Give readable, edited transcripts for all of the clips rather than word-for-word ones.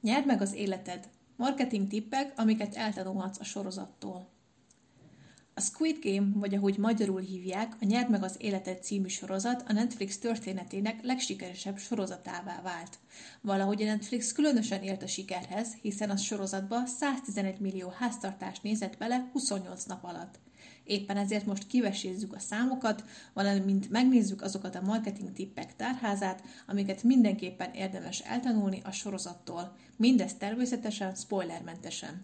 Nyerd meg az életed. Marketing tippek, amiket eltanulhatsz a sorozattól. A Squid Game, vagy ahogy magyarul hívják, a Nyerd meg az életed című sorozat a Netflix történetének legsikeresebb sorozatává vált. Valahogy a Netflix különösen élt a sikerhez, hiszen a sorozatba 111 millió háztartást nézett bele 28 nap alatt. Éppen ezért most kivesézzük a számokat, valamint megnézzük azokat a marketing tippek tárházát, amiket mindenképpen érdemes eltanulni a sorozattól. Mindez természetesen spoilermentesen.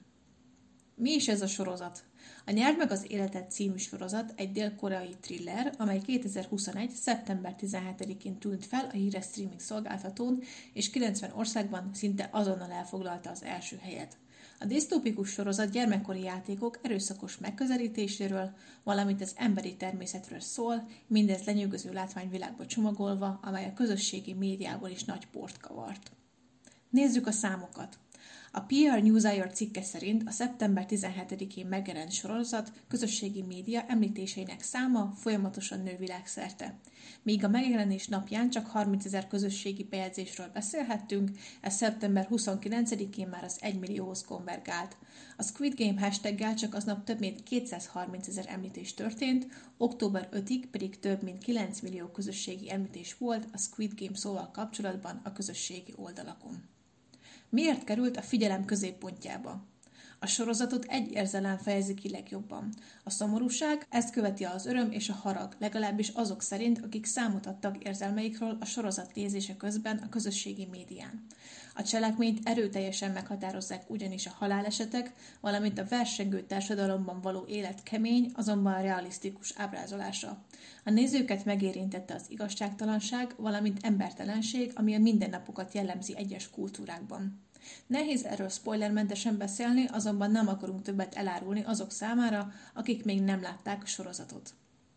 Mi is ez a sorozat? A Nyerd meg az életed című sorozat egy dél-koreai thriller, amely 2021. szeptember 17-én tűnt fel a híres streaming szolgáltatón, és 90 országban szinte azonnal elfoglalta az első helyet. A disztópikus sorozat gyermekkori játékok erőszakos megközelítéséről, valamint az emberi természetről szól, mindez lenyűgöző látványvilágba csomagolva, amely a közösségi médiából is nagy port kavart. Nézzük a számokat! A PR Newswire cikke szerint a szeptember 17-én megjelent sorozat közösségi média említéseinek száma folyamatosan nő világszerte. Míg a megjelenés napján csak 30 000 közösségi bejegyzésről beszélhettünk, ez szeptember 29-én már az 1 millióhoz konvergált. A Squid Game hashtaggel csak aznap több mint 230 000 említés történt, október 5-ig pedig több mint 9 millió közösségi említés volt a Squid Game szóval kapcsolatban a közösségi oldalakon. Miért került a figyelem középpontjába? A sorozatot egy érzelem fejezi ki legjobban. A szomorúság, ezt követi az öröm és a harag, legalábbis azok szerint, akik számot adtak érzelmeikről a sorozat nézése közben a közösségi médián. A cselekményt erőteljesen meghatározzák ugyanis a halálesetek, valamint a versengő társadalomban való élet kemény, azonban realisztikus ábrázolása. A nézőket megérintette az igazságtalanság, valamint embertelenség, ami a mindennapokat jellemzi egyes kultúrákban. Nehéz erről spoilermentesen beszélni, azonban nem akarunk többet elárulni azok számára, akik még nem látták a sorozatot.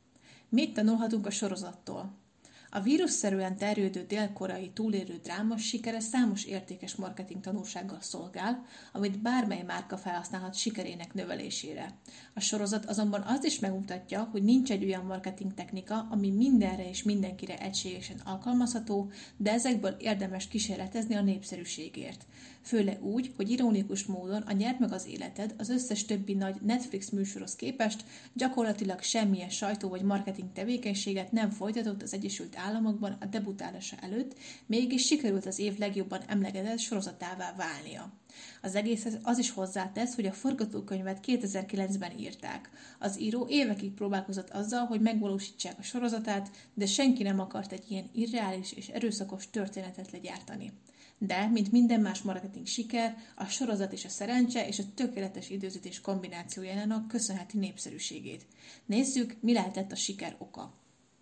Mit tanulhatunk a sorozattól? A vírusszerűen terjedő dél-koreai túlélő dráma sikere számos értékes marketing tanulsággal szolgál, amit bármely márka felhasználhat sikerének növelésére. A sorozat azonban azt is megmutatja, hogy nincs egy olyan marketing technika, ami mindenre és mindenkire egységesen alkalmazható, de ezekből érdemes kísérletezni a népszerűségért. Főleg úgy, hogy ironikus módon a Nyerd meg az életed az összes többi nagy Netflix műsorhoz képest gyakorlatilag semmilyen sajtó vagy marketing tevékenységet nem folytatott az Egyesült Államokban a debutálása előtt, mégis sikerült az év legjobban emlegetett sorozatává válnia. Az egészhez az is hozzátesz, hogy a forgatókönyvet 2009-ben írták. Az író évekig próbálkozott azzal, hogy megvalósítsák a sorozatát, de senki nem akart egy ilyen irreális és erőszakos történetet legyártani. De, mint minden más marketing siker, a sorozat és a szerencse és a tökéletes időzítés kombinációjának köszönheti népszerűségét. Nézzük, mi lehetett a siker oka.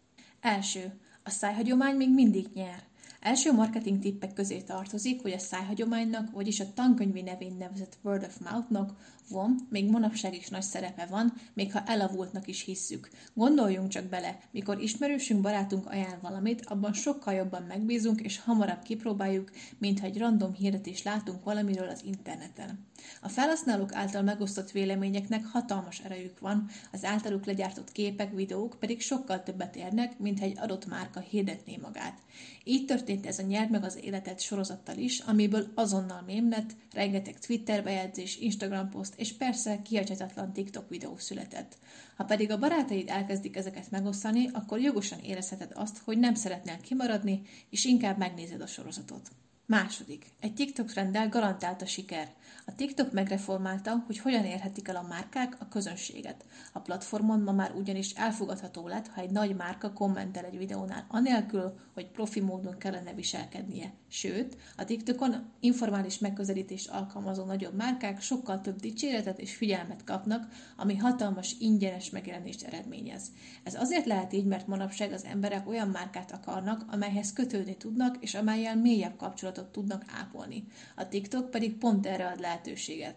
Első. A szájhagyomány még mindig nyer. Első marketing tippek közé tartozik, hogy a szájhagyománynak, vagyis a tankönyvi nevén nevezett word of mouth-nak még manapság is nagy szerepe van, még ha elavultnak is hisszük. Gondoljunk csak bele, mikor ismerősünk, barátunk ajánl valamit, abban sokkal jobban megbízunk és hamarabb kipróbáljuk, mint ha egy random hirdetést látunk valamiről az interneten. A felhasználók által megosztott véleményeknek hatalmas erejük van, az általuk legyártott képek, videók pedig sokkal többet érnek, mint ha egy adott márka hirdetné magát. Így történt ez a Nyerd meg az életed sorozattal is, amiből azonnal mém lett, rengeteg Twitter bejegyzés, Instagram poszt és persze kihagyhatatlan TikTok videó született. Ha pedig a barátaid elkezdik ezeket megosztani, akkor jogosan érezheted azt, hogy nem szeretnél kimaradni, és inkább megnézed a sorozatot. Második. Egy TikTok trenddel garantált a siker. A TikTok megreformálta, hogy hogyan érhetik el a márkák a közönséget. A platformon ma már ugyanis elfogadható lett, ha egy nagy márka kommentel egy videónál anélkül, hogy profi módon kellene viselkednie. Sőt, a TikTokon informális megközelítést alkalmazó nagyobb márkák sokkal több dicséretet és figyelmet kapnak, ami hatalmas ingyenes megjelenést eredményez. Ez azért lehet így, mert manapság az emberek olyan márkát akarnak, amelyhez kötődni tudnak, és amellyel mélyebb kapcsolatot tudnak ápolni. A TikTok pedig pont erre ad lehetőséget.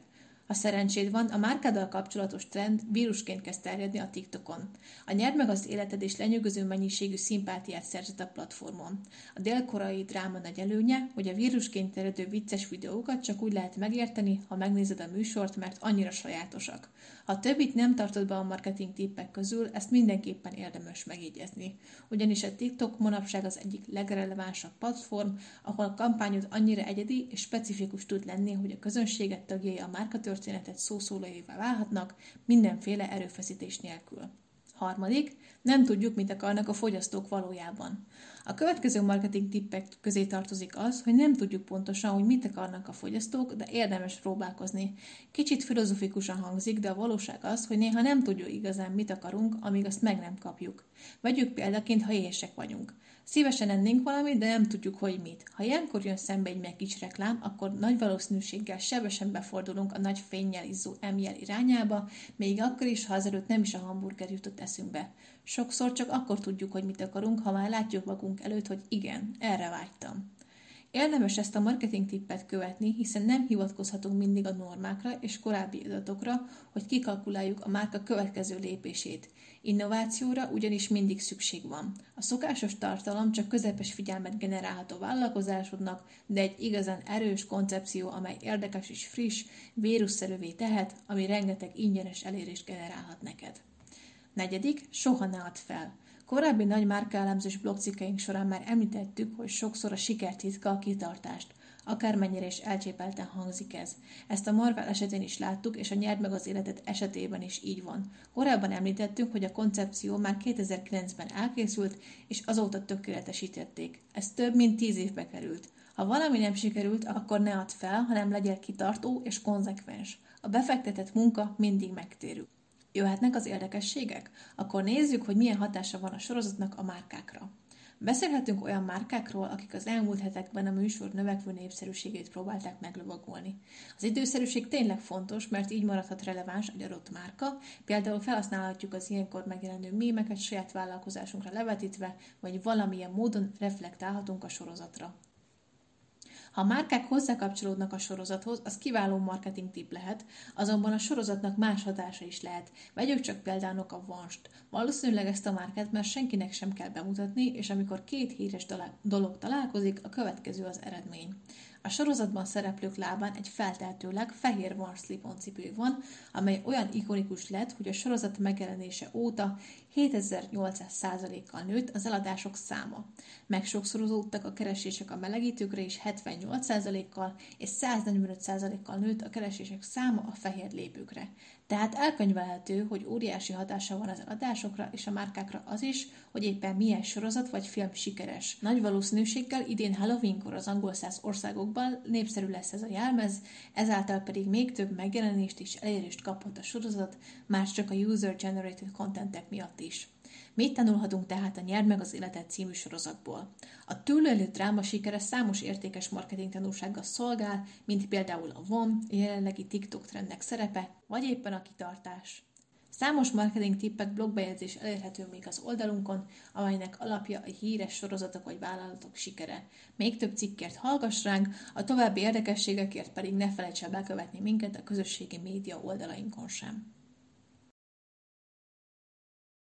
Ha szerencséd van, a márkáddal kapcsolatos trend vírusként kezd terjedni a TikTokon. A nyerd meg az életed és lenyűgöző mennyiségű szimpátiát szerzett a platformon. A dél-koreai dráma nagy előnye, hogy a vírusként terjedő vicces videókat csak úgy lehet megérteni, ha megnézed a műsort, mert annyira sajátosak. Ha többit nem tartod be a marketing tippek közül, ezt mindenképpen érdemes megjegyezni. Ugyanis a TikTok manapság az egyik legrelevánsabb platform, ahol a kampányod annyira egyedi és specifikus tud lenni, hogy a közönséget tagjai a márkatörténetet szószólóivá válhatnak mindenféle erőfeszítés nélkül. Harmadik, nem tudjuk, mit akarnak a fogyasztók valójában. A következő marketing tippek közé tartozik az, hogy nem tudjuk pontosan, hogy mit akarnak a fogyasztók, de érdemes próbálkozni. Kicsit filozofikusan hangzik, de a valóság az, hogy néha nem tudjuk igazán, mit akarunk, amíg azt meg nem kapjuk. Vegyük példaként, ha éhesek vagyunk. Szívesen ennénk valamit, de nem tudjuk, hogy mit. Ha ilyenkor jön szembe egy megkics reklám, akkor nagy valószínűséggel sebesen befordulunk a nagy fénnyel izzó M-jel irányába, még akkor is, ha azelőtt nem is a hamburger jutott eszünkbe. Sokszor csak akkor tudjuk, hogy mit akarunk, ha már látjuk magunk előtt, hogy igen, erre vágytam. Érdemes ezt a marketing tippet követni, hiszen nem hivatkozhatunk mindig a normákra és korábbi adatokra, hogy kikalkuláljuk a márka következő lépését. Innovációra ugyanis mindig szükség van. A szokásos tartalom csak közepes figyelmet generálhat a vállalkozásodnak, de egy igazán erős koncepció, amely érdekes és friss, vírusszerűvé tehet, ami rengeteg ingyenes elérést generálhat neked. Negyedik, soha ne add fel. Korábbi nagy márkaelemzős blogcikkeink során már említettük, hogy sokszor a siker titka a kitartást. Akármennyire is elcsépelten hangzik ez. Ezt a Marvel esetén is láttuk, és a Nyerd meg az életed esetében is így van. Korábban említettük, hogy a koncepció már 2009-ben elkészült, és azóta tökéletesítették. Ez több mint 10 évbe került. Ha valami nem sikerült, akkor ne add fel, hanem legyél kitartó és konzekvens. A befektetett munka mindig megtérül. Jöhetnek az érdekességek? Akkor nézzük, hogy milyen hatása van a sorozatnak a márkákra. Beszélhetünk olyan márkákról, akik az elmúlt hetekben a műsor növekvő népszerűségét próbálták meglovagolni. Az időszerűség tényleg fontos, mert így maradhat releváns egy adott márka, például felhasználhatjuk az ilyenkor megjelenő mémeket saját vállalkozásunkra levetítve, vagy valamilyen módon reflektálhatunk a sorozatra. Ha a márkák hozzákapcsolódnak a sorozathoz, az kiváló marketing tipp lehet, azonban a sorozatnak más hatása is lehet. Vegyük csak például a Vanst. Valószínűleg ezt a márkát már senkinek sem kell bemutatni, és amikor két híres dolog találkozik, a következő az eredmény. A sorozatban szereplők lábán egy feltehetőleg fehér Vans slip-on cipő van, amely olyan ikonikus lett, hogy a sorozat megjelenése óta 7800%-kal nőtt az eladások száma. Megsokszorozódtak a keresések a melegítőkre is 78%-kal, és 145%-kal nőtt a keresések száma a fehér lépőkre. Tehát elkönyvelhető, hogy óriási hatása van az eladásokra és a márkákra az is, hogy éppen milyen sorozat vagy film sikeres. Nagy valószínűséggel idén Halloweenkor az angol száz országokban népszerű lesz ez a jelmez, ezáltal pedig még több megjelenést és elérést kaphat a sorozat, már csak a user-generated contentek miatt is. Mit tanulhatunk tehát a Nyerd meg az életed című sorozatból? A túlélő dráma sikere számos értékes marketing tanulsággal szolgál, mint például a VOM, a jelenlegi TikTok trendek szerepe, vagy éppen a kitartás. Számos marketing tippek blogbejegyzés elérhető még az oldalunkon, amelynek alapja a híres sorozatok vagy vállalatok sikere. Még több cikkért hallgass ránk, a további érdekességekért pedig ne felejts el bekövetni minket a közösségi média oldalainkon sem.